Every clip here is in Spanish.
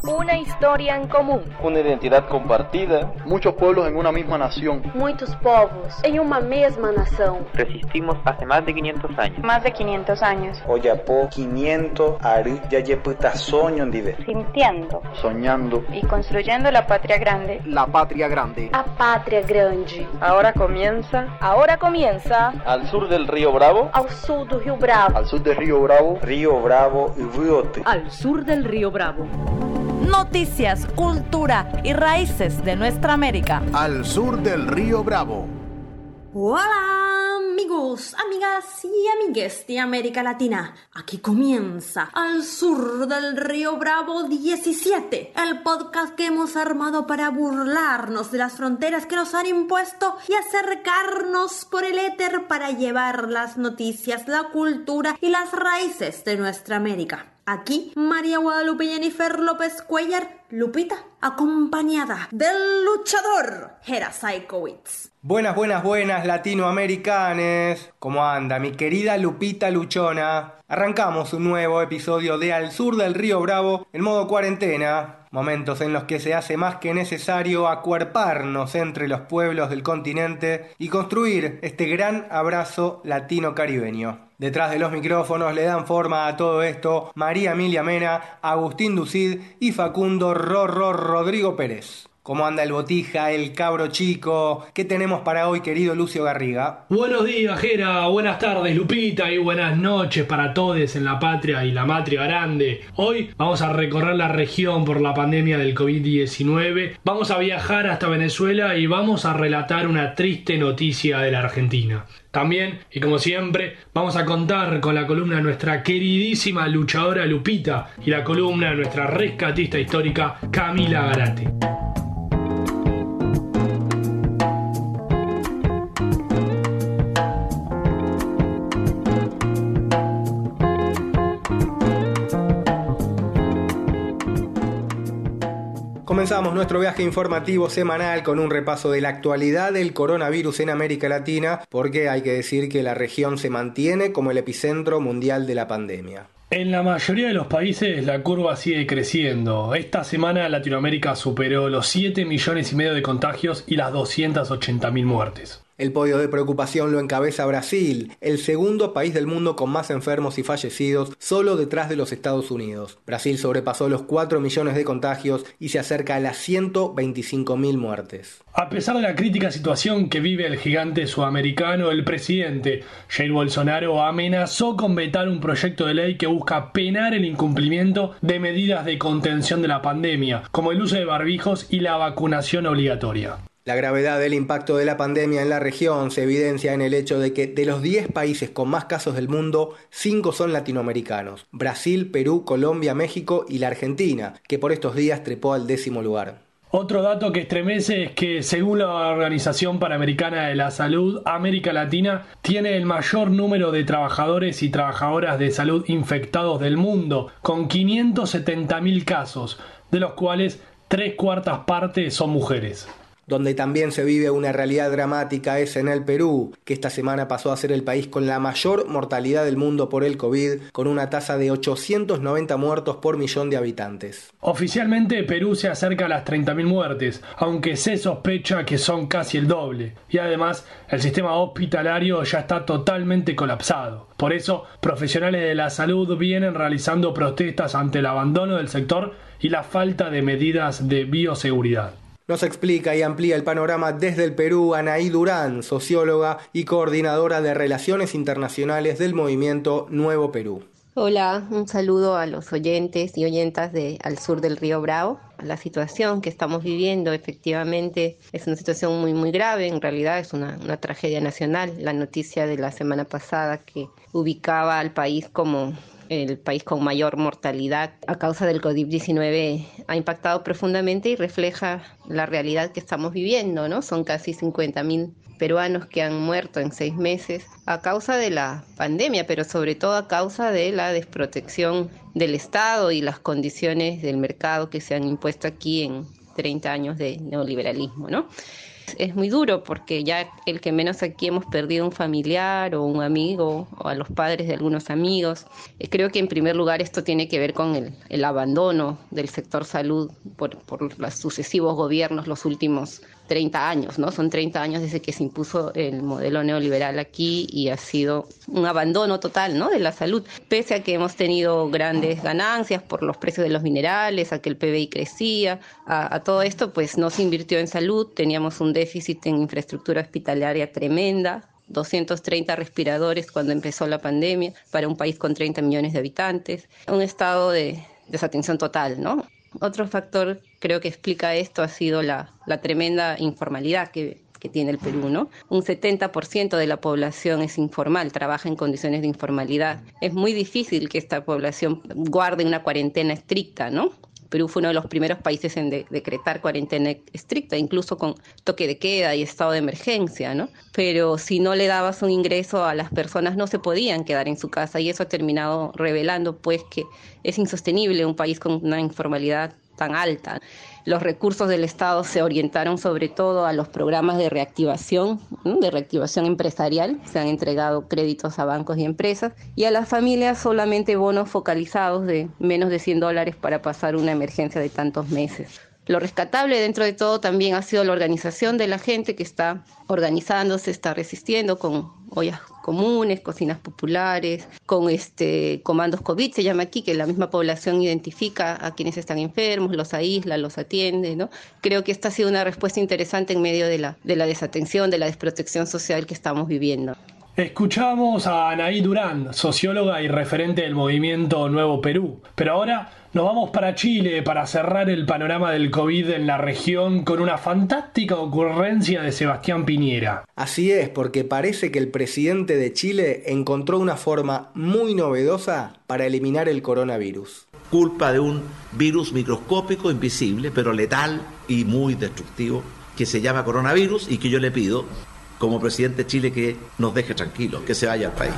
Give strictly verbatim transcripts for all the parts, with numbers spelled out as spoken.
Una historia en común. Una identidad compartida. Muchos pueblos en una misma nación. Muchos povos en una misma nación. Resistimos hace más de quinientos años. Más de quinientos años. Oyapo quinientos ari yayeputa soño ndive. Sintiendo. Soñando. Y construyendo la patria grande. La patria grande. A patria grande. Ahora comienza. Ahora comienza. Al sur del río Bravo. Al sur del río Bravo. Al sur del río Bravo. Río Bravo y Riote. Al sur del río Bravo. Noticias, cultura y raíces de nuestra América. Al sur del río Bravo. Hola amigos, amigas y amigues de América Latina. Aquí comienza Al sur del río Bravo diecisiete, el podcast que hemos armado para burlarnos de las fronteras que nos han impuesto y acercarnos por el éter para llevar las noticias, la cultura y las raíces de nuestra América. Aquí, María Guadalupe Jennifer López Cuellar, Lupita, acompañada del luchador Jera Saikowitz. Buenas, buenas, buenas latinoamericanes. ¿Cómo anda mi querida Lupita Luchona? Arrancamos un nuevo episodio de Al sur del río Bravo en modo cuarentena. Momentos en los que se hace más que necesario acuerparnos entre los pueblos del continente y construir este gran abrazo latino-caribeño. Detrás de los micrófonos le dan forma a todo esto María Emilia Mena, Agustín Ducid y Facundo Rorro Rodrigo Pérez. ¿Cómo anda el botija, el cabro chico? ¿Qué tenemos para hoy, querido Lucio Garriga? Buenos días, Jera. Buenas tardes, Lupita. Y buenas noches para todos en la patria y la matria grande. Hoy vamos a recorrer la región por la pandemia del covid diecinueve. Vamos a viajar hasta Venezuela y vamos a relatar una triste noticia de la Argentina. También, y como siempre, vamos a contar con la columna de nuestra queridísima luchadora Lupita y la columna de nuestra rescatista histórica Camila Garate. Comenzamos nuestro viaje informativo semanal con un repaso de la actualidad del coronavirus en América Latina, porque hay que decir que la región se mantiene como el epicentro mundial de la pandemia. En la mayoría de los países la curva sigue creciendo. Esta semana Latinoamérica superó los siete millones y medio de contagios y las doscientas ochenta mil muertes. El podio de preocupación lo encabeza Brasil, el segundo país del mundo con más enfermos y fallecidos, solo detrás de los Estados Unidos. Brasil sobrepasó los cuatro millones de contagios y se acerca a las ciento veinticinco mil muertes. A pesar de la crítica situación que vive el gigante sudamericano, el presidente Jair Bolsonaro amenazó con vetar un proyecto de ley que busca penar el incumplimiento de medidas de contención de la pandemia, como el uso de barbijos y la vacunación obligatoria. La gravedad del impacto de la pandemia en la región se evidencia en el hecho de que de los diez países con más casos del mundo, cinco son latinoamericanos: Brasil, Perú, Colombia, México y la Argentina, que por estos días trepó al décimo lugar. Otro dato que estremece es que, según la Organización Panamericana de la Salud, América Latina tiene el mayor número de trabajadores y trabajadoras de salud infectados del mundo, con quinientos setenta mil casos, de los cuales tres cuartas partes son mujeres. Donde también se vive una realidad dramática es en el Perú, que esta semana pasó a ser el país con la mayor mortalidad del mundo por el COVID, con una tasa de ochocientos noventa muertos por millón de habitantes. Oficialmente Perú se acerca a las treinta mil muertes, aunque se sospecha que son casi el doble. Y además, el sistema hospitalario ya está totalmente colapsado. Por eso, profesionales de la salud vienen realizando protestas ante el abandono del sector y la falta de medidas de bioseguridad. Nos explica y amplía el panorama desde el Perú Anaí Durán, socióloga y coordinadora de Relaciones Internacionales del movimiento Nuevo Perú. Hola, un saludo a los oyentes y oyentas de Al sur del río Bravo. La situación que estamos viviendo efectivamente es una situación muy muy grave, en realidad es una, una tragedia nacional. La noticia de la semana pasada que ubicaba al país como el país con mayor mortalidad a causa del covid diecinueve ha impactado profundamente y refleja la realidad que estamos viviendo, ¿no? Son casi cincuenta mil peruanos que han muerto en seis meses a causa de la pandemia, pero sobre todo a causa de la desprotección del Estado y las condiciones del mercado que se han impuesto aquí en treinta años de neoliberalismo, ¿no? Es muy duro porque ya el que menos aquí hemos perdido un familiar o un amigo o a los padres de algunos amigos. Creo que en primer lugar esto tiene que ver con el, el abandono del sector salud por, por los sucesivos gobiernos los últimos treinta años, ¿no? Son treinta años desde que se impuso el modelo neoliberal aquí y ha sido un abandono total, ¿no?, de la salud. Pese a que hemos tenido grandes ganancias por los precios de los minerales, a que el P B I crecía, a, a todo esto pues no se invirtió en salud, teníamos un déficit en infraestructura hospitalaria tremenda, doscientos treinta respiradores cuando empezó la pandemia para un país con treinta millones de habitantes, un estado de desatención total, ¿no? Otro factor creo que explica esto ha sido la, la tremenda informalidad que, que tiene el Perú, ¿no? Un setenta por ciento de la población es informal, trabaja en condiciones de informalidad. Es muy difícil que esta población guarde una cuarentena estricta, ¿no? Perú fue uno de los primeros países en de- decretar cuarentena estricta, incluso con toque de queda y estado de emergencia, ¿no? Pero si no le dabas un ingreso a las personas no se podían quedar en su casa y eso ha terminado revelando pues que es insostenible un país con una informalidad tan alta. Los recursos del Estado se orientaron sobre todo a los programas de reactivación, ¿no?, de reactivación empresarial. Se han entregado créditos a bancos y empresas y a las familias solamente bonos focalizados de menos de cien dólares para pasar una emergencia de tantos meses. Lo rescatable dentro de todo también ha sido la organización de la gente que está organizándose, está resistiendo con ollas comunes, cocinas populares, con este comandos COVID, se llama aquí, que la misma población identifica a quienes están enfermos, los aísla, los atiende, ¿no? Creo que esta ha sido una respuesta interesante en medio de la, de la desatención, de la desprotección social que estamos viviendo. Escuchamos a Anaí Durán, socióloga y referente del movimiento Nuevo Perú. Pero ahora nos vamos para Chile para cerrar el panorama del COVID en la región con una fantástica ocurrencia de Sebastián Piñera. Así es, porque parece que el presidente de Chile encontró una forma muy novedosa para eliminar el coronavirus. Culpa de un virus microscópico, invisible, pero letal y muy destructivo, que se llama coronavirus y que yo le pido, como presidente de Chile, que nos deje tranquilos, que se vaya al país.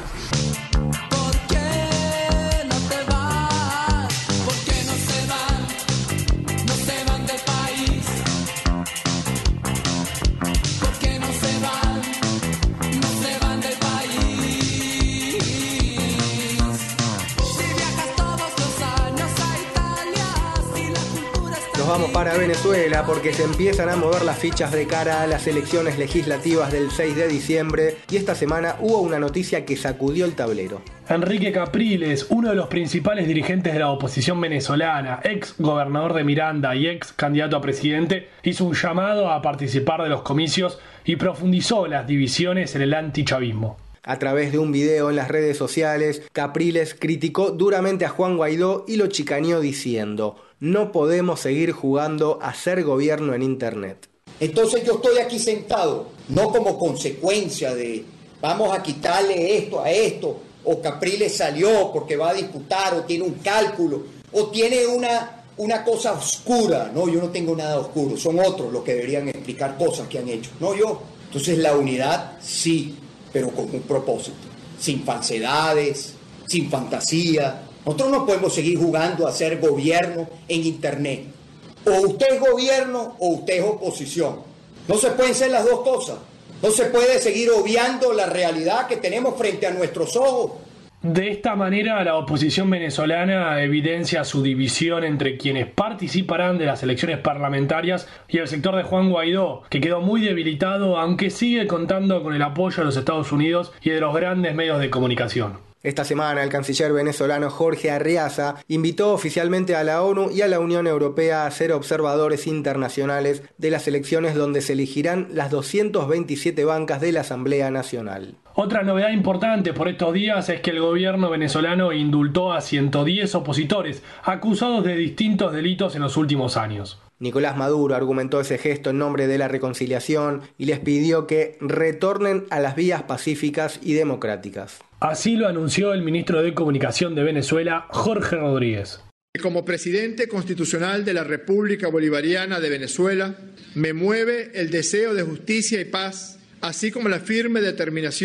Vamos para Venezuela porque se empiezan a mover las fichas de cara a las elecciones legislativas del seis de diciembre y esta semana hubo una noticia que sacudió el tablero. Enrique Capriles, uno de los principales dirigentes de la oposición venezolana, ex gobernador de Miranda y ex candidato a presidente, hizo un llamado a participar de los comicios y profundizó las divisiones en el antichavismo. A través de un video en las redes sociales, Capriles criticó duramente a Juan Guaidó y lo chicaneó diciendo: no podemos seguir jugando a ser gobierno en internet. Entonces yo estoy aquí sentado, no como consecuencia de vamos a quitarle esto a esto, o Capriles salió porque va a disputar, o tiene un cálculo, o tiene una, una cosa oscura. No, yo no tengo nada oscuro, son otros los que deberían explicar cosas que han hecho, no yo. Entonces la unidad sí, pero con un propósito, sin falsedades, sin fantasía. Nosotros no podemos seguir jugando a ser gobierno en internet. O usted es gobierno o usted es oposición. No se pueden ser las dos cosas. No se puede seguir obviando la realidad que tenemos frente a nuestros ojos. De esta manera, la oposición venezolana evidencia su división entre quienes participarán de las elecciones parlamentarias y el sector de Juan Guaidó, que quedó muy debilitado, aunque sigue contando con el apoyo de los Estados Unidos y de los grandes medios de comunicación. Esta semana el canciller venezolano Jorge Arriaza invitó oficialmente a la ONU y a la Unión Europea a ser observadores internacionales de las elecciones donde se elegirán las doscientas veintisiete bancas de la Asamblea Nacional. Otra novedad importante por estos días es que el gobierno venezolano indultó a ciento diez opositores acusados de distintos delitos en los últimos años. Nicolás Maduro argumentó ese gesto en nombre de la reconciliación y les pidió que retornen a las vías pacíficas y democráticas. Así lo anunció el ministro de Comunicación de Venezuela, Jorge Rodríguez. Como presidente constitucional de la República Bolivariana de Venezuela, me mueve el deseo de justicia y paz, así como la firme determinación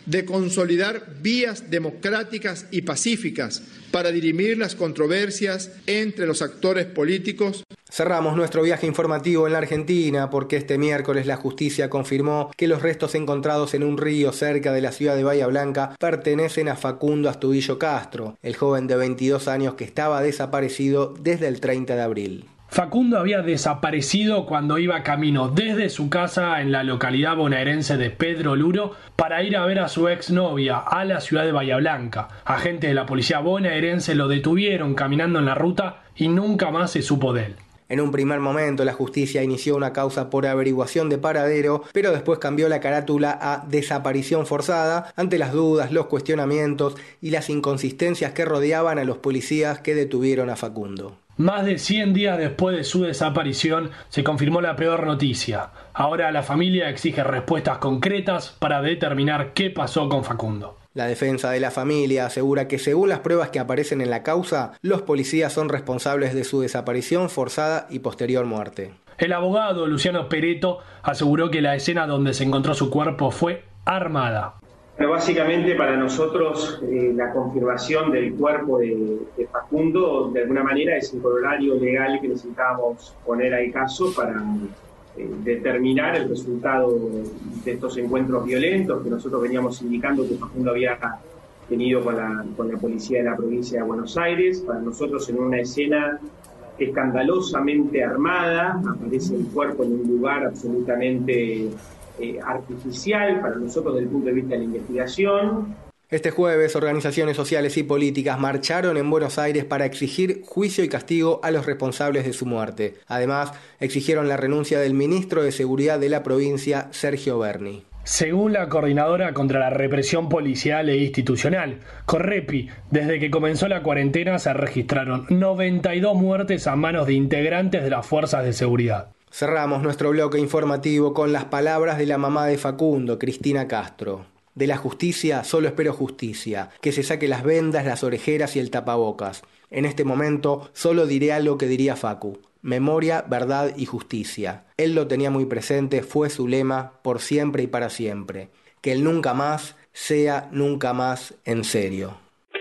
de consolidar vías democráticas y pacíficas para dirimir las controversias entre los actores políticos. Cerramos nuestro viaje informativo en la Argentina porque este miércoles la justicia confirmó que los restos encontrados en un río cerca de la ciudad de Bahía Blanca pertenecen a Facundo Astudillo Castro, el joven de veintidós años que estaba desaparecido desde el treinta de abril. Facundo había desaparecido cuando iba camino desde su casa en la localidad bonaerense de Pedro Luro para ir a ver a su exnovia a la ciudad de Bahía Blanca. Agentes de la policía bonaerense lo detuvieron caminando en la ruta y nunca más se supo de él. En un primer momento la justicia inició una causa por averiguación de paradero, pero después cambió la carátula a desaparición forzada ante las dudas, los cuestionamientos y las inconsistencias que rodeaban a los policías que detuvieron a Facundo. Más de cien días después de su desaparición se confirmó la peor noticia. Ahora la familia exige respuestas concretas para determinar qué pasó con Facundo. La defensa de la familia asegura que según las pruebas que aparecen en la causa, los policías son responsables de su desaparición forzada y posterior muerte. El abogado Luciano Pereto aseguró que la escena donde se encontró su cuerpo fue armada. Pero básicamente para nosotros eh, la confirmación del cuerpo de, de Facundo de alguna manera es el corolario legal que necesitábamos poner al caso para eh, determinar el resultado de estos encuentros violentos que nosotros veníamos indicando que Facundo había tenido con la, con la policía de la provincia de Buenos Aires. Para nosotros en una escena escandalosamente armada, aparece el cuerpo en un lugar absolutamente Eh, artificial para nosotros desde el punto de vista de la investigación. Este jueves, organizaciones sociales y políticas marcharon en Buenos Aires para exigir juicio y castigo a los responsables de su muerte. Además, exigieron la renuncia del ministro de Seguridad de la provincia, Sergio Berni. Según la Coordinadora contra la Represión Policial e Institucional, Correpi, desde que comenzó la cuarentena se registraron noventa y dos muertes a manos de integrantes de las fuerzas de seguridad. Cerramos nuestro bloque informativo con las palabras de la mamá de Facundo, Cristina Castro. De la justicia solo espero justicia, que se saque las vendas, las orejeras y el tapabocas. En este momento solo diré algo que diría Facu: memoria, verdad y justicia. Él lo tenía muy presente, fue su lema por siempre y para siempre. Que el nunca más sea nunca más en serio.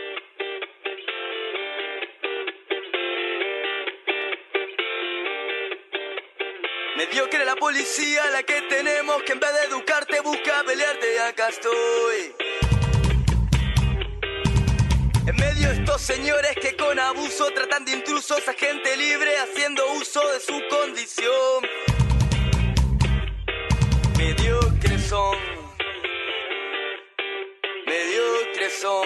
Mediocre la policía, la que tenemos, que en vez de educarte busca pelearte, y acá estoy. En medio de estos señores que con abuso tratan de intrusos a gente libre haciendo uso de su condición. Mediocres son, mediocres son.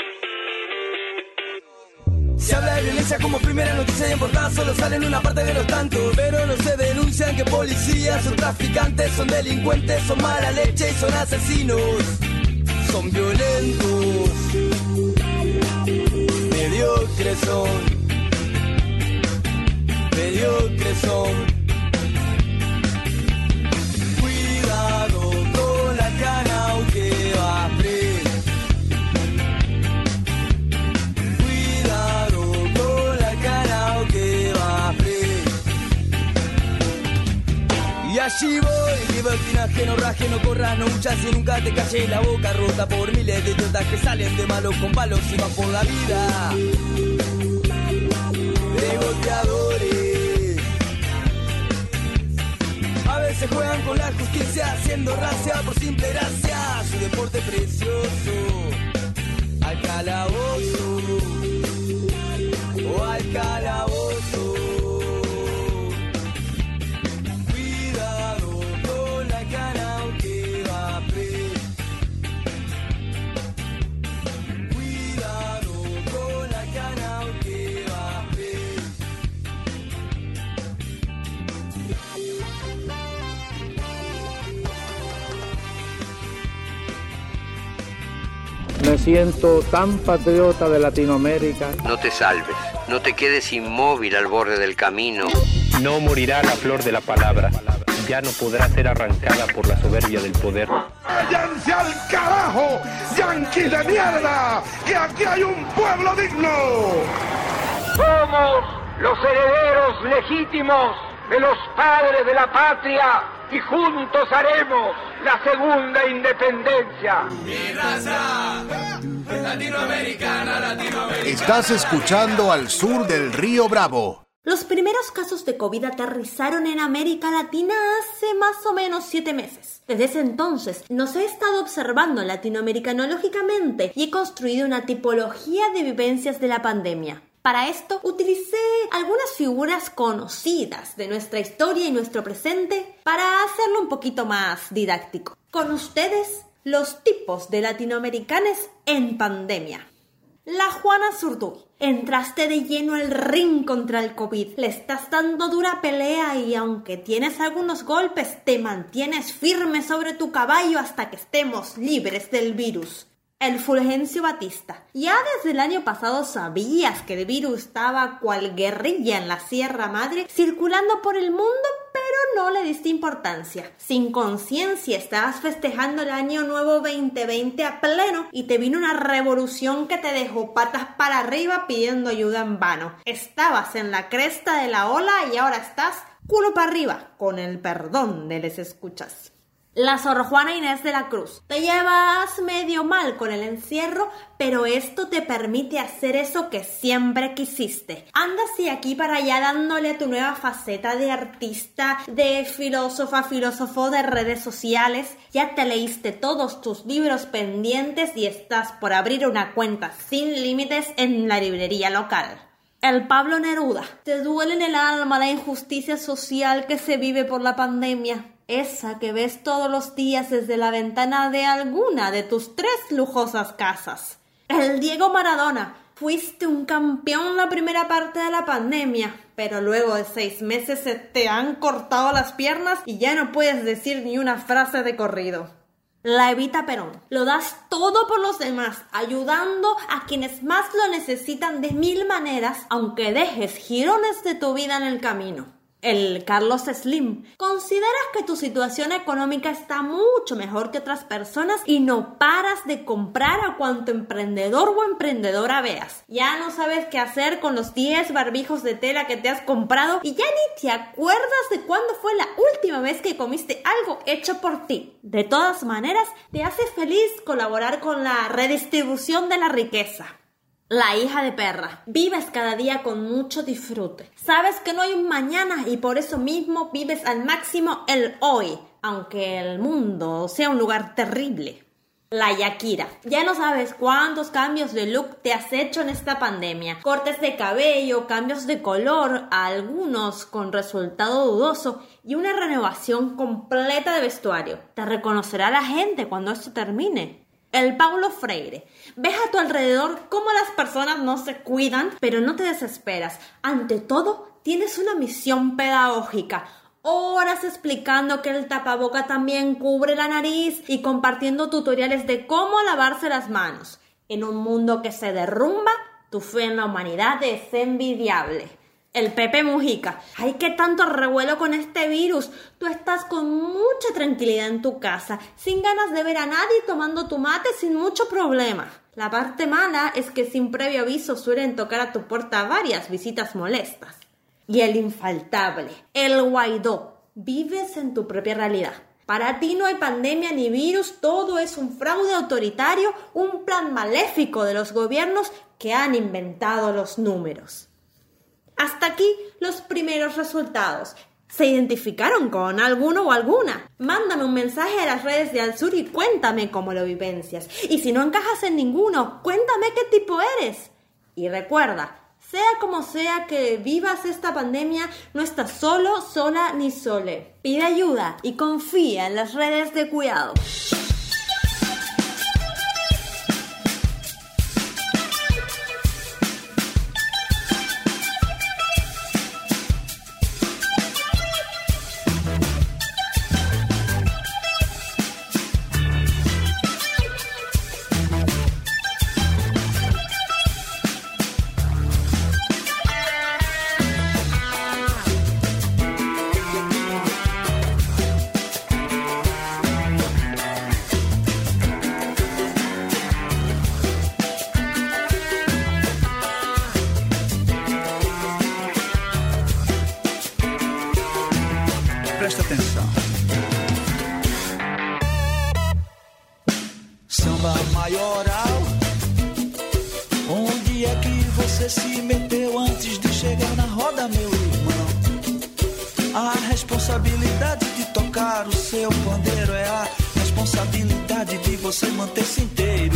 Se habla de violencia como primera noticia y en portada solo salen una parte de los tantos. Pero no se denuncian que policías son traficantes, son delincuentes, son mala leche y son asesinos. Son violentos, mediocres son, mediocres son. Cuidado con la cana aunque va frío. Y allí voy, libertinaje, no raje, no corras, no huchas y nunca te calles la boca rota por miles de idiotas que salen de malos con palos y van por la vida de golpeadores. A veces juegan con la justicia haciendo racia por simple gracia, su deporte precioso, al calabozo o al calabozo. Me siento tan patriota de Latinoamérica. No te salves, no te quedes inmóvil al borde del camino. No morirá la flor de la palabra, ya no podrá ser arrancada por la soberbia del poder. ¡Váyanse al carajo, yanquis de mierda! ¡Que aquí hay un pueblo digno! Somos los herederos legítimos de los padres de la patria. y juntos haremos la segunda independencia. Mi raza latinoamericana, latinoamericana. Estás escuchando Al Sur del Río Bravo. Los primeros casos de COVID aterrizaron en América Latina hace más o menos siete meses. Desde ese entonces nos he estado observando latinoamericanológicamente y he construido una tipología de vivencias de la pandemia. Para esto utilicé algunas figuras conocidas de nuestra historia y nuestro presente para hacerlo un poquito más didáctico. Con ustedes, los tipos de latinoamericanos en pandemia. La Juana Zurduy. Entraste de lleno al ring contra el COVID. Le estás dando dura pelea y aunque tienes algunos golpes, te mantienes firme sobre tu caballo hasta que estemos libres del virus. El Fulgencio Batista. Ya desde el año pasado sabías que el virus estaba cual guerrilla en la Sierra Madre circulando por el mundo, pero no le diste importancia. Sin conciencia estabas festejando el año nuevo veinte veinte a pleno y te vino una revolución que te dejó patas para arriba pidiendo ayuda en vano. Estabas en la cresta de la ola y ahora estás culo para arriba, con el perdón de les escuchas. La Sor Juana Inés de la Cruz. Te llevas medio mal con el encierro, pero esto te permite hacer eso que siempre quisiste. Andas de aquí para allá dándole a tu nueva faceta de artista, de filósofa, filósofo de redes sociales. Ya te leíste todos tus libros pendientes y estás por abrir una cuenta sin límites en la librería local. El Pablo Neruda. Te duele en el alma la injusticia social que se vive por la pandemia. Esa que ves todos los días desde la ventana de alguna de tus tres lujosas casas. El Diego Maradona. Fuiste un campeón la primera parte de la pandemia, pero luego de seis meses se te han cortado las piernas y ya no puedes decir ni una frase de corrido. La Evita Perón. Lo das todo por los demás, ayudando a quienes más lo necesitan de mil maneras, aunque dejes jirones de tu vida en el camino. El Carlos Slim. Consideras que tu situación económica está mucho mejor que otras personas y no paras de comprar a cuanto emprendedor o emprendedora veas. Ya no sabes qué hacer con los diez barbijos de tela que te has comprado y ya ni te acuerdas de cuándo fue la última vez que comiste algo hecho por ti. De todas maneras, te hace feliz colaborar con la redistribución de la riqueza. La hija de perra. Vives cada día con mucho disfrute. Sabes que no hay un mañana y por eso mismo vives al máximo el hoy, aunque el mundo sea un lugar terrible. La Yakira. Ya no sabes cuántos cambios de look te has hecho en esta pandemia. Cortes de cabello, cambios de color, algunos con resultado dudoso y una renovación completa de vestuario. Te reconocerá la gente cuando esto termine. El Paulo Freire. Ves a tu alrededor cómo las personas no se cuidan, pero no te desesperas. Ante todo, tienes una misión pedagógica. Horas explicando que el tapaboca también cubre la nariz y compartiendo tutoriales de cómo lavarse las manos. En un mundo que se derrumba, tu fe en la humanidad es envidiable. El Pepe Mujica. ¡Ay, qué tanto revuelo con este virus! Tú estás con mucha tranquilidad en tu casa, sin ganas de ver a nadie tomando tu mate sin mucho problema. La parte mala es que sin previo aviso suelen tocar a tu puerta varias visitas molestas. Y el infaltable, el Guaidó. Vives en tu propia realidad. Para ti no hay pandemia ni virus, todo es un fraude autoritario, un plan maléfico de los gobiernos que han inventado los números. Hasta aquí los primeros resultados. ¿Se identificaron con alguno o alguna? Mándame un mensaje a las redes de Al Sur y cuéntame cómo lo vivencias. Y si no encajas en ninguno, cuéntame qué tipo eres. Y recuerda, sea como sea que vivas esta pandemia, no estás solo, sola ni sole. Pide ayuda y confía en las redes de cuidado. Presta atenção. você se meteu antes de chegar na roda, meu irmão. A responsabilidade de tocar o seu pandeiro é a responsabilidade de você manter-se inteiro.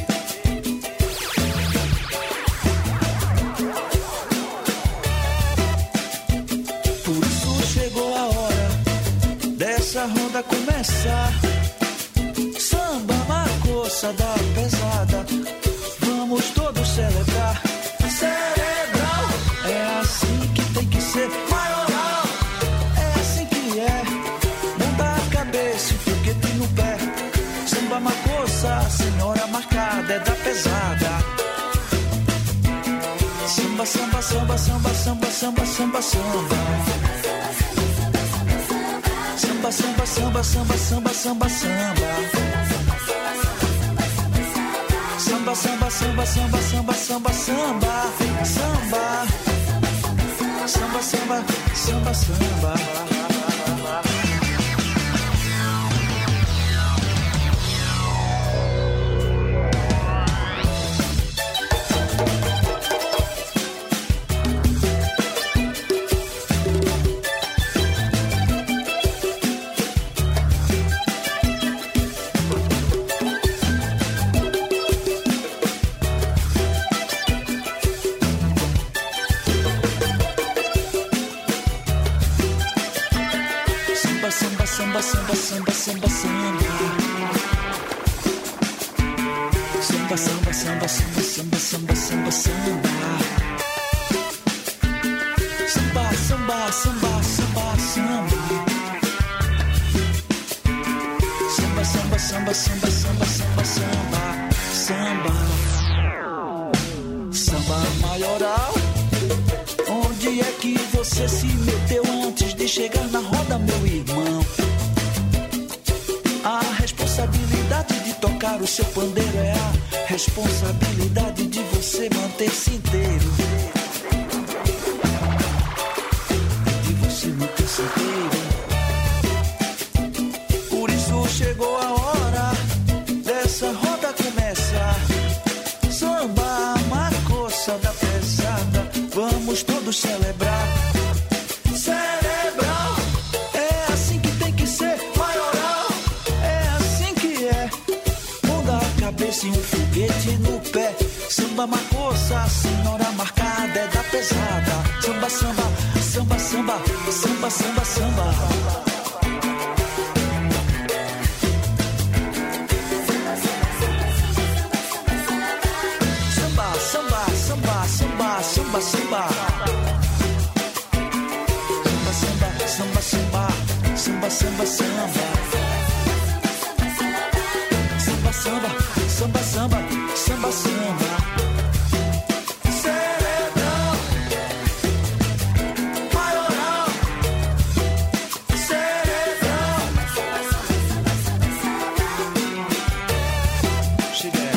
Por isso chegou a hora dessa roda começar. Samba, macossa da pesada, vamos todos celebrar. Cerebral, é assim que tem que ser. Maioral, é assim que é. Monta a cabeça e foguete no pé. Samba, macossa, a senhora marcada é da pesada. Samba, samba, samba, samba, samba, samba, samba, samba. Samba, samba, samba, samba, samba, samba, samba. Samba, samba, samba, samba, samba, samba, samba, samba. Samba, samba, samba, samba. Samba, samba, samba, samba, samba. Samba, samba, samba, samba, samba, samba, samba, samba. Samba, samba, samba, samba, samba. Samba, samba, samba, samba, samba, samba, samba. Samba. Samba maioral. Onde é que você se meteu antes de chegar na roda, meu irmão? A responsabilidade de tocar o seu pandeiro é a responsabilidade de você manter-se inteiro. De você manter-se inteiro. Por isso chegou a hora dessa roda começar. Samba, macossa da pesada, vamos todos celebrar. Cerebral, é assim que tem que ser. Maioral, é assim que é. Muda a cabeça e um foguete no pé. Samba, macossa, a senhora marcada é da pesada. Samba, samba, samba, samba, samba, samba, samba. Samba, samba, samba, samba, samba, samba. Samba, samba, samba, samba, samba. Samba, samba, samba, samba, samba, samba. Cerebral, maioral, cerebral. Cheguei.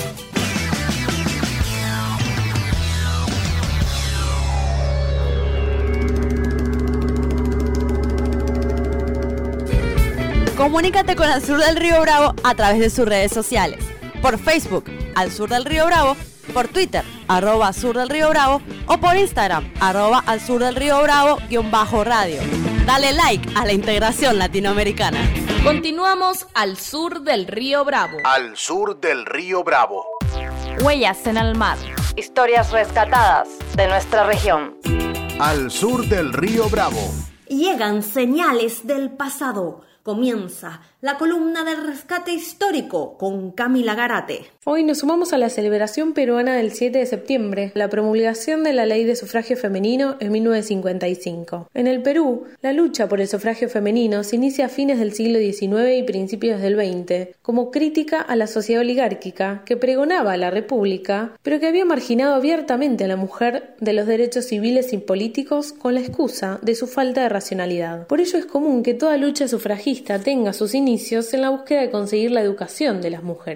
Comunícate con Al Sur del Río Bravo a través de sus redes sociales. Por Facebook, Al Sur del Río Bravo, por Twitter, arroba Sur del Río Bravo, o por Instagram, arroba Al Sur del Río Bravo, guión bajo radio. Dale like a la integración latinoamericana. Continuamos al sur del Río Bravo. Al sur del Río Bravo. Huellas en el mar. Historias rescatadas de nuestra región. Al sur del Río Bravo. Llegan señales del pasado. Comienza la columna del rescate histórico con Camila Garate. Hoy nos sumamos a la celebración peruana del siete de septiembre, la promulgación de la Ley de Sufragio Femenino en mil novecientos cincuenta y cinco. En el Perú, la lucha por el sufragio femenino se inicia a fines del siglo diecinueve y principios del veinte, como crítica a la sociedad oligárquica que pregonaba la república, pero que había marginado abiertamente a la mujer de los derechos civiles y políticos con la excusa de su falta de racionalidad. Por ello es común que toda lucha sufragista tenga sus inicios en la búsqueda de conseguir la educación de las mujeres.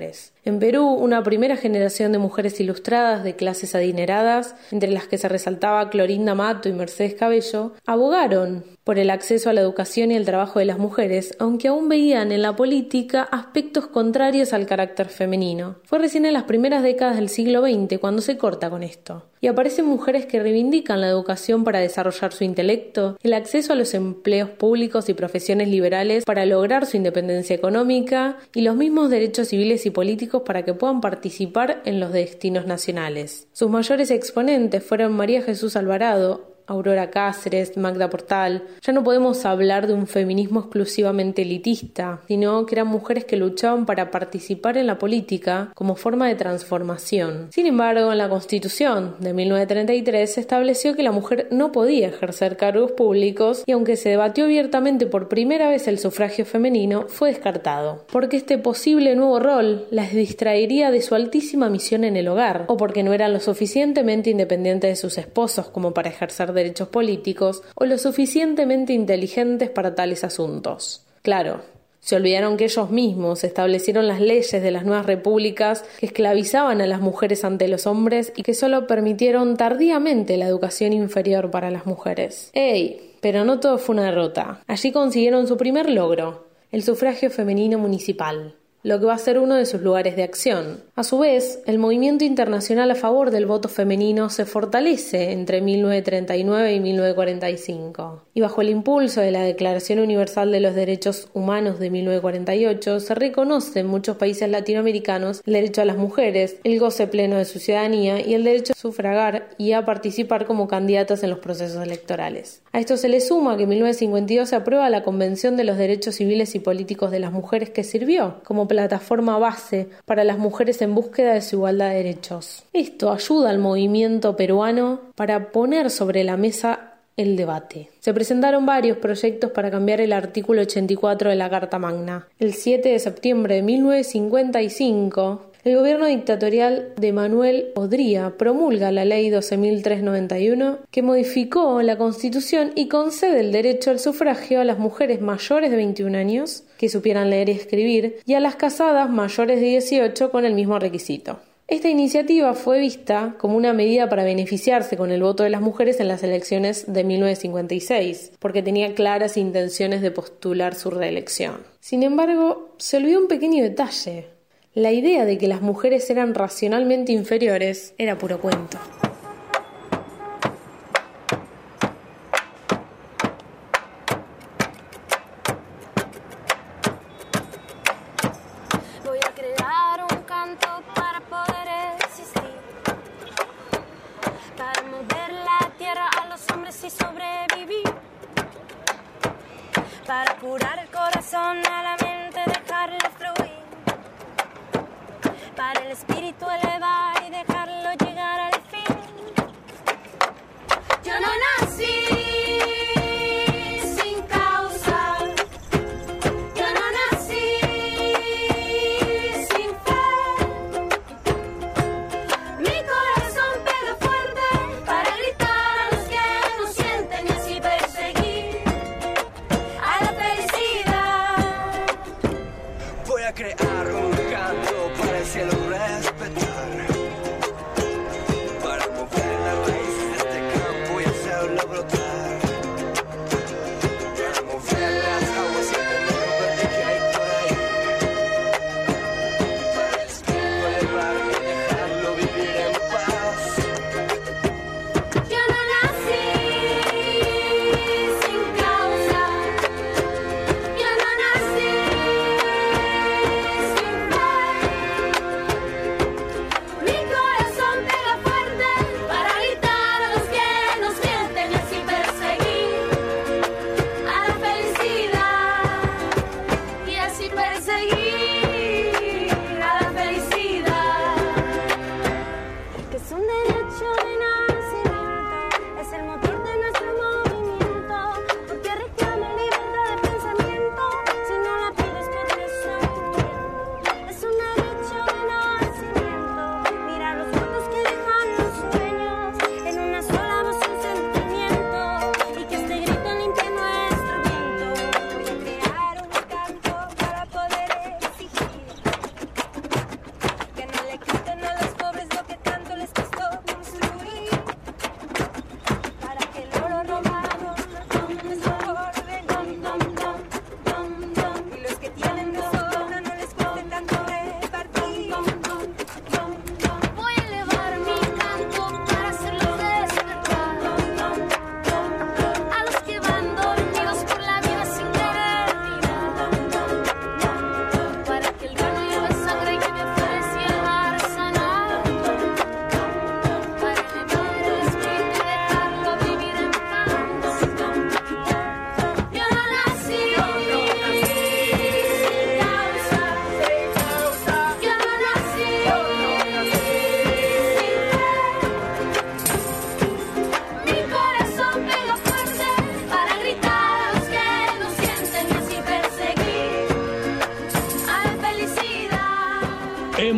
En Perú, una primera generación de mujeres ilustradas de clases adineradas, entre las que se resaltaba Clorinda Mato y Mercedes Cabello, abogaron por el acceso a la educación y el trabajo de las mujeres, aunque aún veían en la política aspectos contrarios al carácter femenino. Fue recién en las primeras décadas del siglo veinte cuando se corta con esto, y aparecen mujeres que reivindican la educación para desarrollar su intelecto, el acceso a los empleos públicos y profesiones liberales para lograr su independencia económica y los mismos derechos civiles y políticos para que puedan participar en los destinos nacionales. Sus mayores exponentes fueron María Jesús Alvarado, Aurora Cáceres, Magda Portal. Ya no podemos hablar de un feminismo exclusivamente elitista, sino que eran mujeres que luchaban para participar en la política como forma de transformación. Sin embargo, en la Constitución de mil novecientos treinta y tres se estableció que la mujer no podía ejercer cargos públicos y aunque se debatió abiertamente por primera vez el sufragio femenino, fue descartado, porque este posible nuevo rol las distraería de su altísima misión en el hogar, o porque no eran lo suficientemente independientes de sus esposos como para ejercer derechos políticos o lo suficientemente inteligentes para tales asuntos. Claro, se olvidaron que ellos mismos establecieron las leyes de las nuevas repúblicas que esclavizaban a las mujeres ante los hombres y que solo permitieron tardíamente la educación inferior para las mujeres. ¡Ey! Pero no todo fue una derrota. Allí consiguieron su primer logro, el sufragio femenino municipal, lo que va a ser uno de sus lugares de acción. A su vez, el movimiento internacional a favor del voto femenino se fortalece entre mil novecientos treinta y nueve y mil novecientos cuarenta y cinco, y bajo el impulso de la Declaración Universal de los Derechos Humanos de mil novecientos cuarenta y ocho se reconoce en muchos países latinoamericanos el derecho a las mujeres, el goce pleno de su ciudadanía y el derecho a sufragar y a participar como candidatas en los procesos electorales. A esto se le suma que en mil novecientos cincuenta y dos se aprueba la Convención de los Derechos Civiles y Políticos de las Mujeres, que sirvió como plataforma base para las mujeres en búsqueda de su igualdad de derechos. Esto ayuda al movimiento peruano para poner sobre la mesa el debate. Se presentaron varios proyectos para cambiar el artículo ochenta y cuatro de la Carta Magna. El siete de septiembre de mil novecientos cincuenta y cinco, el gobierno dictatorial de Manuel Odría promulga la Ley doce mil trescientos noventa y uno, que modificó la Constitución y concede el derecho al sufragio a las mujeres mayores de veintiún años, que supieran leer y escribir, y a las casadas mayores de dieciocho con el mismo requisito. Esta iniciativa fue vista como una medida para beneficiarse con el voto de las mujeres en las elecciones de mil novecientos cincuenta y seis, porque tenía claras intenciones de postular su reelección. Sin embargo, se olvidó un pequeño detalle. La idea de que las mujeres eran racionalmente inferiores era puro cuento. Voy a crear un canto para poder existir, para mover la tierra a los hombres y sobrevivir, para curar el corazón a la mente, dejarlo fluir, para el espíritu elevar y dejarlo llegar al fin. Yo no nací sin causa, yo no nací sin fe. Mi corazón pega fuerte para gritar a los que no sienten y así perseguir a la felicidad. Voy a crear un canto para el cielo respetar, para mover las raíces de este campo y hacerlo brotar, para mover las aguas y el veneno verde que hay por ahí, para el espíritu elevar y dejarlo vivir en paz. Yo no nací sin causa, yo no nací sin fe. Mi corazón pega fuerte para gritar a los que nos mienten y así perseguir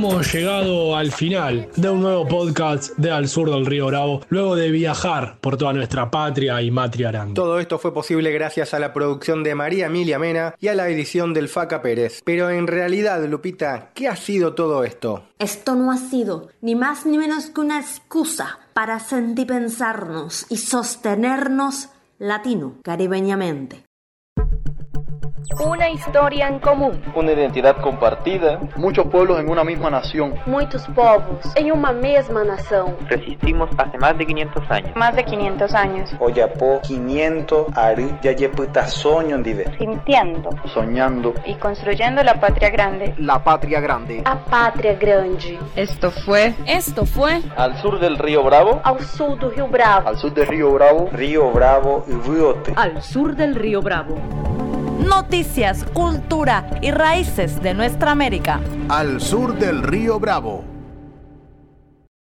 hemos llegado al final de un nuevo podcast de Al Sur del Río Bravo, luego de viajar por toda nuestra patria y matria grande. Todo esto fue posible gracias a la producción de María Emilia Mena y a la edición del Faca Pérez. Pero en realidad, Lupita, ¿qué ha sido todo esto? Esto no ha sido ni más ni menos que una excusa para sentipensarnos y sostenernos latino-caribeñamente. Una historia en común. Una identidad compartida. Muchos pueblos en una misma nación. Muitos povos em uma mesma nação. Resistimos hace más de quinientos años. Más de quinientos años. Oyapó quinientos ari yayeputa soño diver. Sintiendo. Soñando. Y construyendo la patria grande. La patria grande. A pátria grande. Esto fue. Esto fue. Al sur del Río Bravo. Ao sul do Rio Bravo. Al sur del Río Bravo. Río Bravo y Riote. Al sur del Río Bravo. Noticias, cultura y raíces de nuestra América. Al sur del Río Bravo.